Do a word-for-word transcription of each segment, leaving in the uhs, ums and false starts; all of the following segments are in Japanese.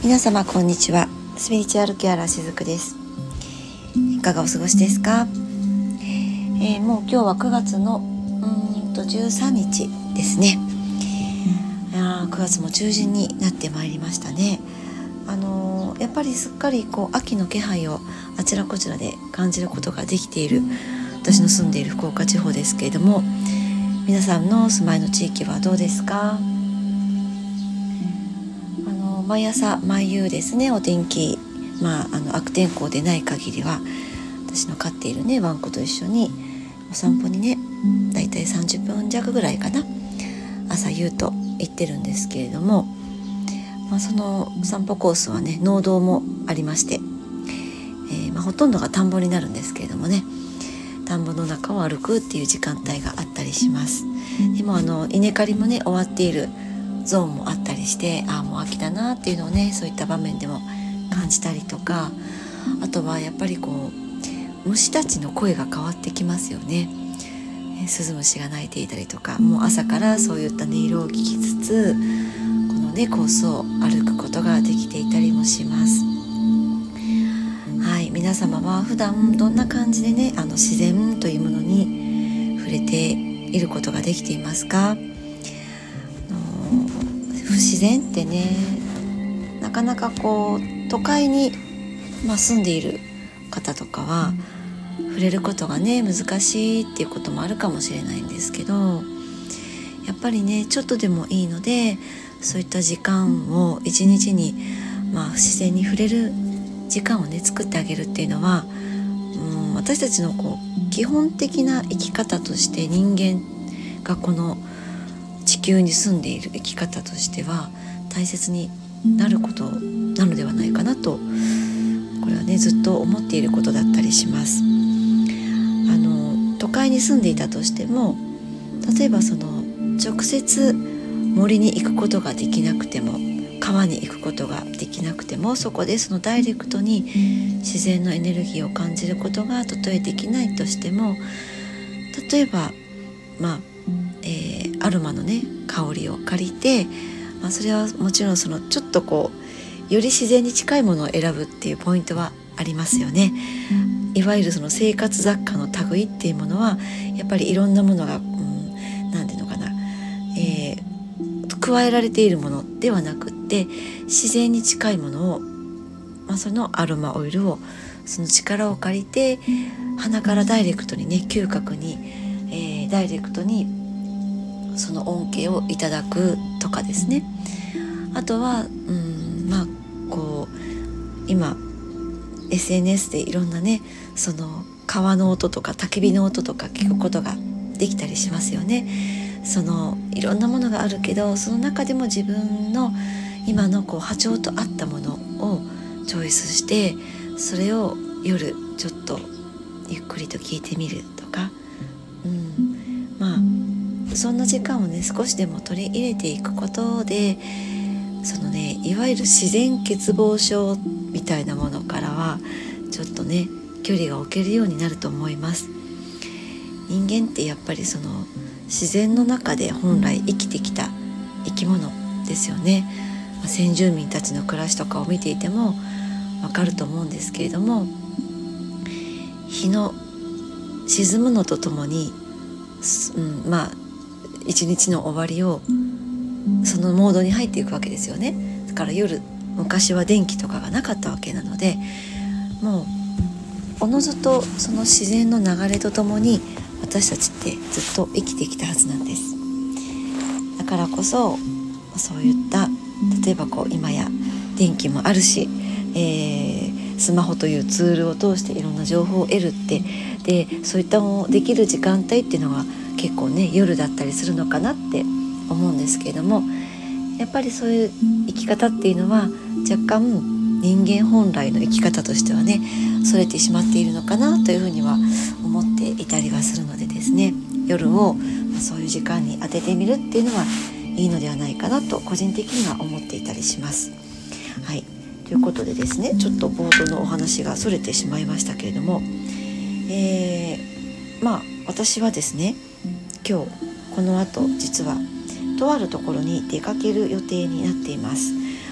皆様こんにちは。スピリチュアルケアラーしずくです。いかがお過ごしですか？えー、もう今日はくがつのうーんとじゅうさんにちですね。あくがつも中旬になってまいりましたね。あのー、やっぱりすっかりこう秋の気配をあちらこちらで感じることができている私の住んでいる福岡地方ですけれども、皆さんのお住まいの地域はどうですか？毎朝毎夕ですね、お天気、まあ、あの悪天候でない限りは私の飼っているねワンコと一緒にお散歩にね、だいたいさんじゅっぷん弱ぐらいかな、朝夕と行ってるんですけれども、まあ、その散歩コースはね農道もありまして、えーまあ、ほとんどが田んぼになるんですけれどもね、田んぼの中を歩くっていう時間帯があったりします。でもあの稲刈りもね終わっているゾーンもあったりして、ああもう秋だなっていうのをね、そういった場面でも感じたりとか、あとはやっぱりこう虫たちの声が変わってきますよね。スズムシが鳴いていたりとか、もう朝からそういった音色を聞きつつこのねコースを歩くことができていたりもします。はい、皆様は普段どんな感じでね、あの自然というものに触れていることができていますか？不自然ってね、なかなかこう都会に、まあ、住んでいる方とかは触れることがね難しいっていうこともあるかもしれないんですけど、やっぱりねちょっとでもいいのでそういった時間を一日に、まあ、不自然に触れる時間をね作ってあげるっていうのは、うん、私たちのこう基本的な生き方として、人間がこの地球に住んでいる生き方としては大切になることなのではないかなと、これはねずっと思っていることだったりします。あの都会に住んでいたとしても、例えばその直接森に行くことができなくても、川に行くことができなくても、そこでそのダイレクトに自然のエネルギーを感じることがたとえできないとしても、例えばまあえー、アロマのね香りを借りて、まあ、それはもちろんそのちょっとこうより自然に近いものを選ぶっていうポイントはありますよね。いわゆるその生活雑貨の類っていうものはやっぱりいろんなものが、うん、なんていうのかな、えー、加えられているものではなくって、自然に近いものを、まあ、そのアロマオイルをその力を借りて鼻からダイレクトにね嗅覚に、えー、ダイレクトにその恩恵をいただくとかですね。あとはうんまあこう今 エスエヌエス でいろんなねその川の音とか焚き火の音とか聞くことができたりしますよね。そのいろんなものがあるけど、その中でも自分の今のこう波長と合ったものをチョイスして、それを夜ちょっとゆっくりと聞いてみるとか、うんまあそんな時間をね少しでも取り入れていくことで、そのねいわゆる自然欠乏症みたいなものからはちょっとね距離が置けるようになると思います。人間ってやっぱりその自然の中で本来生きてきた生き物ですよね。先住民たちの暮らしとかを見ていてもわかると思うんですけれども、日の沈むのとともに、うん、まあ一日の終わりをそのモードに入っていくわけですよね。だから夜、昔は電気とかがなかったわけなので、もうおのずとその自然の流れとともに私たちってずっと生きてきたはずなんです。だからこそそういった例えばこう今や電気もあるし、えー、スマホというツールを通していろんな情報を得るって、でそういったものできる時間帯っていうのは結構ね夜だったりするのかなって思うんですけれども、やっぱりそういう生き方っていうのは若干人間本来の生き方としてはねそれてしまっているのかなというふうには思っていたりはするのでですね、夜をそういう時間に当ててみるっていうのはいいのではないかなと個人的には思っていたりします。はい、ということでですね、ちょっと冒頭のお話がそれてしまいましたけれども、えー、まあ私はですね今日この後実はとあるところに出かける予定になっています。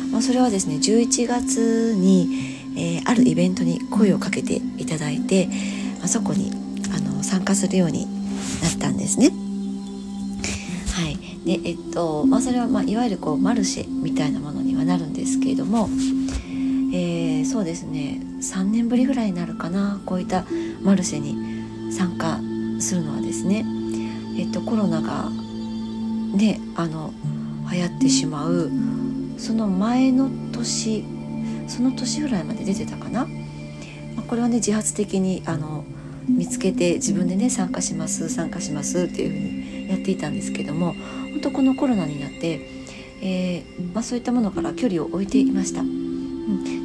まあ、それはですねじゅういちがつに、えー、あるイベントに声をかけていただいて、まあ、そこにあの参加するようになったんですね。はい。でえっとまあ、それは、まあ、いわゆるこうマルシェみたいなものにはなるんですけれども、えー、そうですねさんねんぶりぐらいになるかな、こういったマルシェに参加するのはですね、えっと、コロナがねあの流行ってしまうその前の年その年ぐらいまで出てたかな、まあ、これはね自発的にあの見つけて自分でね参加します参加しますっていう風にやっていたんですけども、本当このコロナになって、えーまあ、そういったものから距離を置いていました、うん、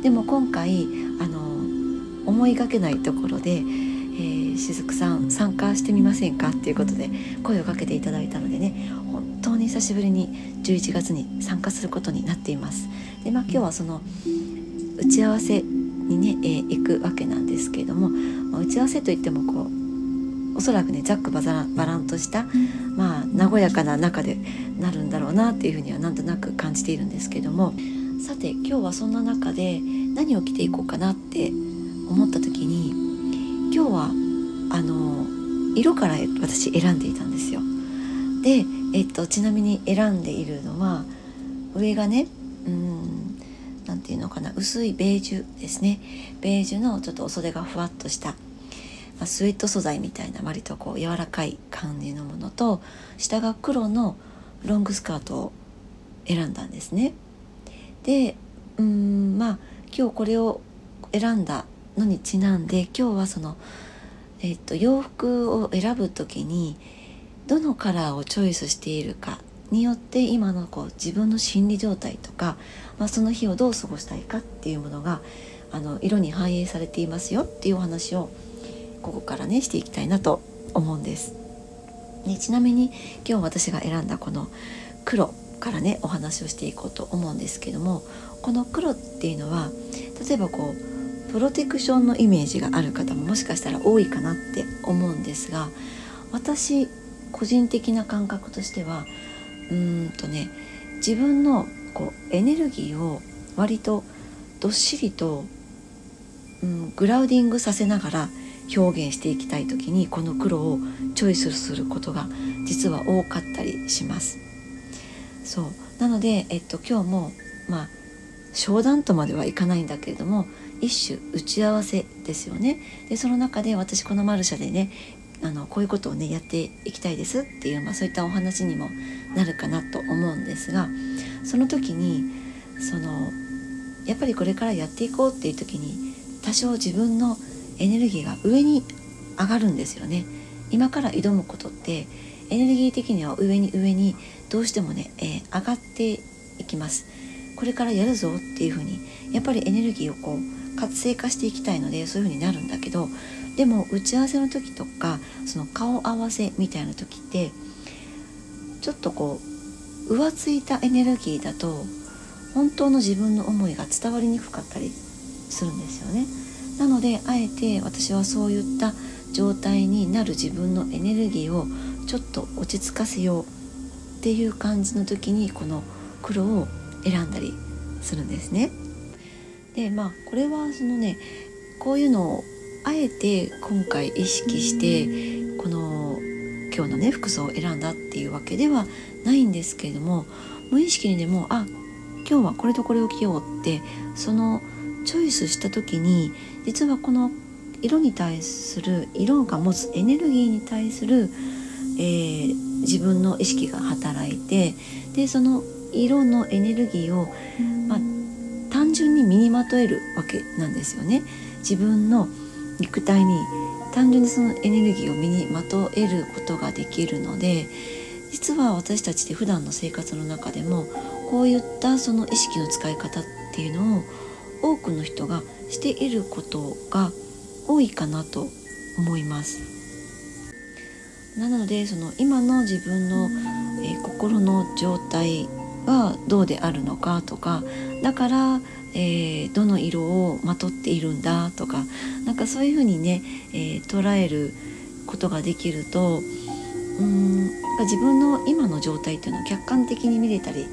でも今回あの思いがけないところで、えー、しずくさん参加してみませんかっていうことで声をかけていただいたのでね、本当に久しぶりにじゅういちがつに参加することになっています。で、まあ、今日はその打ち合わせにね、えー、行くわけなんですけれども、まあ、打ち合わせといってもこうおそらくねざっくばらん、ばらんとした、まあ、和やかな中でなるんだろうなっていうふうにはなんとなく感じているんですけども、さて今日はそんな中で何を着ていこうかなって思った時に、今日はあの色から私選んでいたんですよ。で、えっと、ちなみに選んでいるのは上がねうーんなんていうのかな、薄いベージュですね。ベージュのちょっとお袖がふわっとした、まあ、スウェット素材みたいな割とこう柔らかい感じのものと、下が黒のロングスカートを選んだんですね。でうーんまあ今日これを選んだのにちなんで、今日はその、えっと、洋服を選ぶときにどのカラーをチョイスしているかによって今のこう自分の心理状態とか、まあ、その日をどう過ごしたいかっていうものがあの色に反映されていますよっていうお話をここからねしていきたいなと思うんです。でちなみに今日私が選んだこの黒からねお話をしていこうと思うんですけども、この黒っていうのは例えばこうプロテクションのイメージがある方ももしかしたら多いかなって思うんですが、私個人的な感覚としてはうーんとね自分のこうエネルギーを割とどっしりと、うん、グラウディングさせながら表現していきたいときにこの黒をチョイスすることが実は多かったりします。そうなので、えっと、今日もまあ商談とまではいかないんだけれども一種打ち合わせですよね。でその中で私このマルシェでねあのこういうことをねやっていきたいですっていう、まあ、そういったお話にもなるかなと思うんですが、その時にそのやっぱりこれからやっていこうっていう時に多少自分のエネルギーが上に上がるんですよね。今から挑むことってエネルギー的には上に上にどうしてもね、えー、上がっていきます。これからやるぞっていうふうにやっぱりエネルギーをこう活性化していきたいのでそういうふうになるんだけど、でも打ち合わせの時とかその顔合わせみたいな時ってちょっとこう浮ついたエネルギーだと本当の自分の思いが伝わりにくかったりするんですよね。なのであえて私はそういった状態になる自分のエネルギーをちょっと落ち着かせようっていう感じの時にこの黒を選んだりするんですね。でまあこれはそのねこういうのをあえて今回意識してこの今日のね服装を選んだっていうわけではないんですけれども、無意識にでもあ今日はこれとこれを着ようってそのチョイスした時に実はこの色に対する色が持つエネルギーに対する、えー、自分の意識が働いて、でその色のエネルギーを、まあ、単純に身にまとえるわけなんですよね。自分の肉体に単純にそのエネルギーを身にまとえることができるので、実は私たちって普段の生活の中でもこういったその意識の使い方っていうのを多くの人がしていることが多いかなと思います。なのでその今の自分の、えー、心の状態がどうであるのかとか、だから、えー、どの色をまとっているんだとか、なんかそういうふうにね、えー、捉えることができるとうーん自分の今の状態っていうのを客観的に見れたり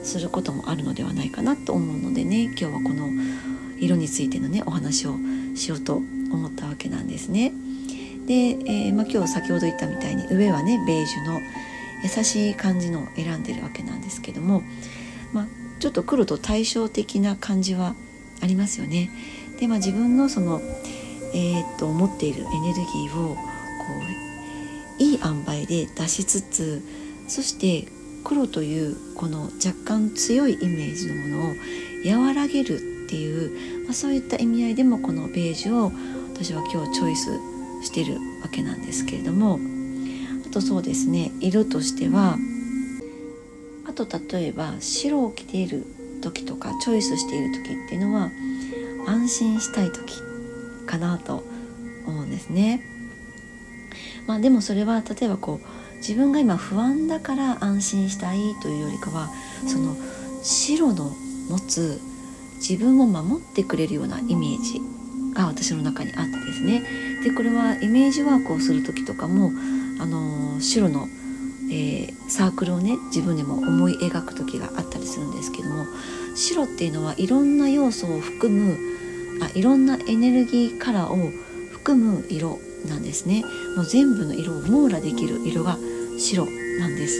することもあるのではないかなと思うのでね、今日はこの色についてのねお話をしようと思ったわけなんですね。で、えーまあ、今日先ほど言ったみたいに上はねベージュの優しい感じのを選んでるわけなんですけども、まあ、ちょっと黒と対照的な感じはありますよね。で、まあ、自分のその、えー、っと持っているエネルギーをこういい塩梅で出しつつ、そして黒というこの若干強いイメージのものを和らげるっていう、まあ、そういった意味合いでもこのベージュを私は今日チョイスしてるわけなんですけれども、あとそうですね、色としてはあと例えば白を着ている時とかチョイスしている時っていうのは安心したい時かなと思うんですね。まあでもそれは例えばこう自分が今不安だから安心したいというよりかは、その白の持つ自分を守ってくれるようなイメージが私の中にあってですね。でこれはイメージワークをする時とかもあのー、白の、えー、サークルをね自分でも思い描く時があったりするんですけども、白っていうのはいろんな要素を含むあいろんなエネルギーカラーを含む色なんですね。もう全部の色を網羅できる色が白なんです。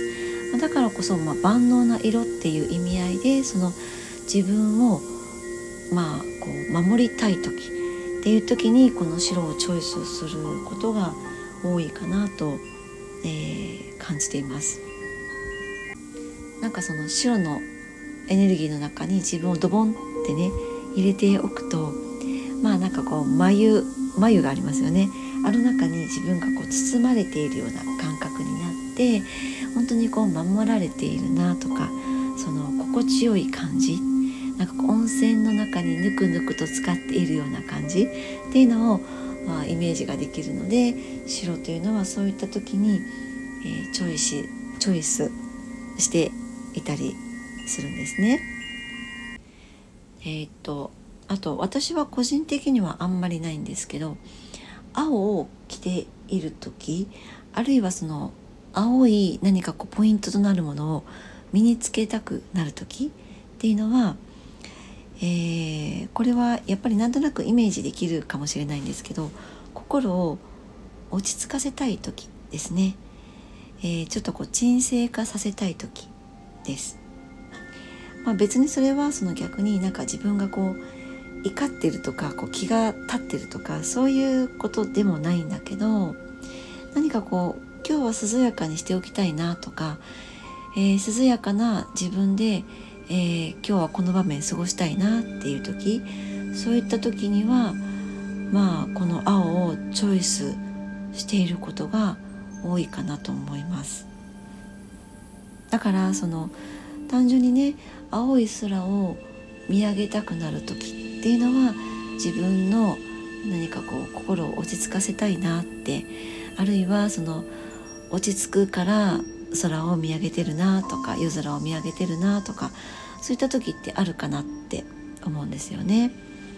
だからこそ、まあ、万能な色っていう意味合いでその自分を、まあ、こう守りたい時っていう時にこの白をチョイスすることが多いかなと、えー、感じています。なんかその白のエネルギーの中に自分をドボンってね入れておくと、まあなんかこう眉眉がありますよね。あの中に自分がこう包まれているような感覚になって、本当にこう守られているなとか、その心地よい感じ、なんかこう温泉の中にぬくぬくと浸かっているような感じっていうのを、まあ、イメージができるので、白というのはそういった時に、えー、チョイスチョイスしていたりするんですね。えー、っとあと私は個人的にはあんまりないんですけど、青を着ている時、あるいはその青い何かこうポイントとなるものを身につけたくなる時っていうのは、えー、これはやっぱりなんとなくイメージできるかもしれないんですけど、心を落ち着かせたい時ですね。えー、ちょっとこう沈静化させたい時です。まあ、別にそれはその逆になんか自分がこう怒ってるとかこう気が立ってるとかそういうことでもないんだけど、何かこう今日は涼やかにしておきたいなとか、えー、涼やかな自分で、えー、今日はこの場面過ごしたいなっていう時、そういった時にはまあこの青をチョイスしていることが多いかなと思います。だからその単純にね青い空を見上げたくなる時っていうのは自分の何かこう心を落ち着かせたいなって、あるいはその落ち着くから空を見上げてるなとか夜空を見上げてるなとか、そういった時ってあるかなって思うんですよね。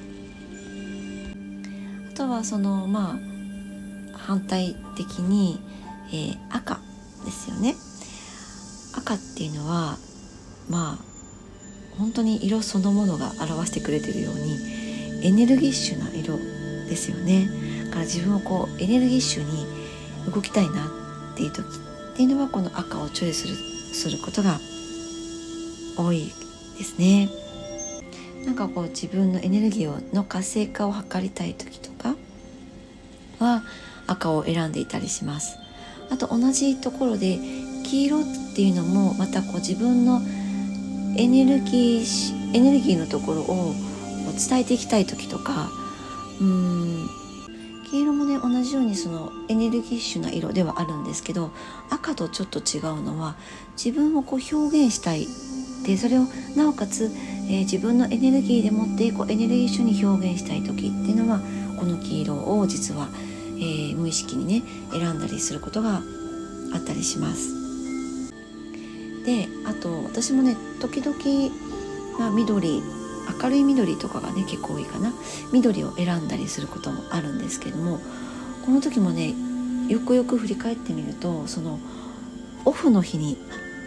あとはそのまあ反対的に、えー、赤ですよね。赤っていうのはまあ本当に色そのものが表してくれているようにエネルギッシュな色ですよね。だから自分をこうエネルギッシュに動きたいなっていう時っていうのはこの赤をチョイスする、することが多いですね。なんかこう自分のエネルギーの活性化を図りたい時とかは赤を選んでいたりします。あと同じところで黄色っていうのもまたこう自分のエネルギーエネルギーのところを伝えていきたい時とか、うーん黄色もね同じようにそのエネルギッシュな色ではあるんですけど、赤とちょっと違うのは自分をこう表現したいで、それをなおかつ、えー、自分のエネルギーでもってこうエネルギッシュに表現したい時っていうのはこの黄色を実は、えー、無意識にね選んだりすることがあったりします。であと私もね時々、まあ、緑明るい緑とかがね結構多いかな、緑を選んだりすることもあるんですけども、この時もねよくよく振り返ってみるとそのオフの日に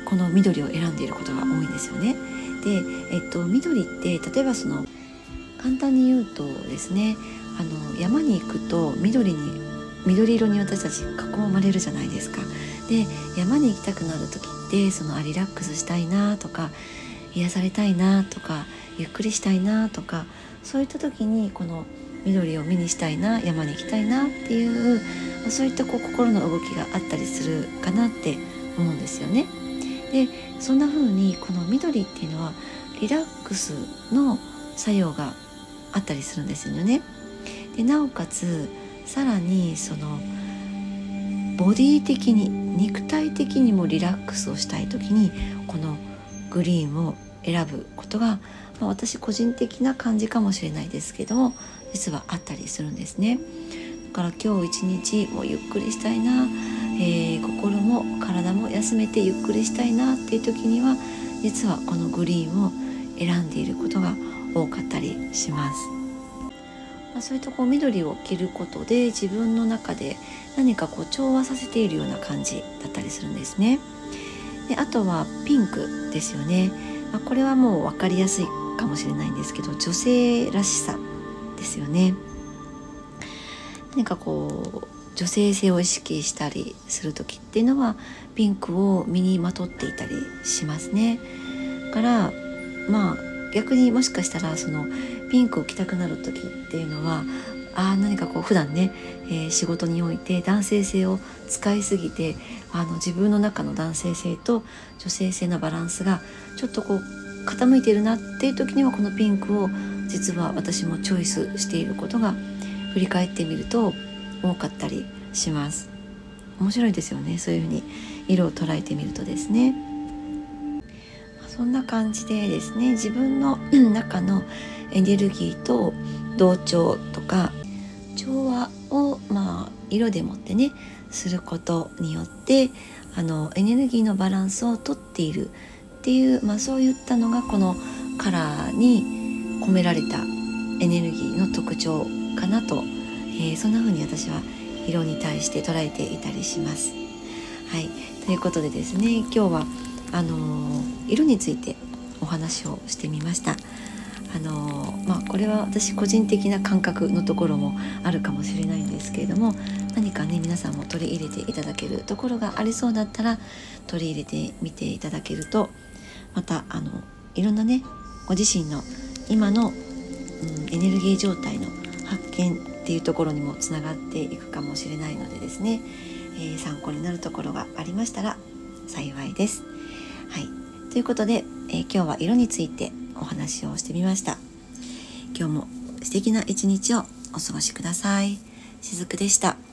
この緑を選んでいることが多いんですよね。で、えっと、緑って例えばその簡単に言うとですね、あの山に行くと緑に緑色に私たち囲まれるじゃないですか。で、山に行きたくなる時ってそのあリラックスしたいなとか癒されたいなとかゆっくりしたいなとか、そういった時にこの緑を見にしたいな、山に行きたいなっていう、そういったこう心の動きがあったりするかなって思うんですよね。で、そんな風にこの緑っていうのはリラックスの作用があったりするんですよね。でなおかつさらにそのボディ的に肉体的にもリラックスをしたい時にこのグリーンを選ぶことが、まあ、私個人的な感じかもしれないですけども実はあったりするんですね。だから今日一日もうゆっくりしたいな、えー、心も体も休めてゆっくりしたいなっていう時には実はこのグリーンを選んでいることが多かったりします。まあ、そういったこう緑を着ることで自分の中で何かこう調和させているような感じだったりするんですね。であとはピンクですよね。まあ、これはもう分かりやすいかもしれないんですけど女性らしさですよね。何かこう女性性を意識したりする時っていうのはピンクを身にまとっていたりしますね。だからまあ逆にもしかしたらそのピンクを着たくなる時っていうのはあ何かこう普段ね、えー、仕事において男性性を使いすぎてあの自分の中の男性性と女性性のバランスがちょっとこう傾いているなっていう時にはこのピンクを実は私もチョイスしていることが振り返ってみると多かったりします。面白いですよね、そういうふうに色を捉えてみるとですね。そんな感じでですね、自分の中のエネルギーと同調とか調和をまあ色でもってねすることによってあのエネルギーのバランスをとっているっていう、まあ、そういったのがこのカラーに込められたエネルギーの特徴かなと、えー、そんな風に私は色に対して捉えていたりします。はい、ということでですね、今日はあのー、色についてお話をしてみました。あのーまあ、これは私個人的な感覚のところもあるかもしれないんですけれども、何かね皆さんも取り入れていただけるところがありそうだったら取り入れてみていただけると、またあのいろんなねご自身の今の、うん、エネルギー状態の発見っていうところにもつながっていくかもしれないのでですね、えー、参考になるところがありましたら幸いです。はい、ということで、えー、今日は色についてお話をしてみました。今日も素敵な一日をお過ごしください。しずくでした。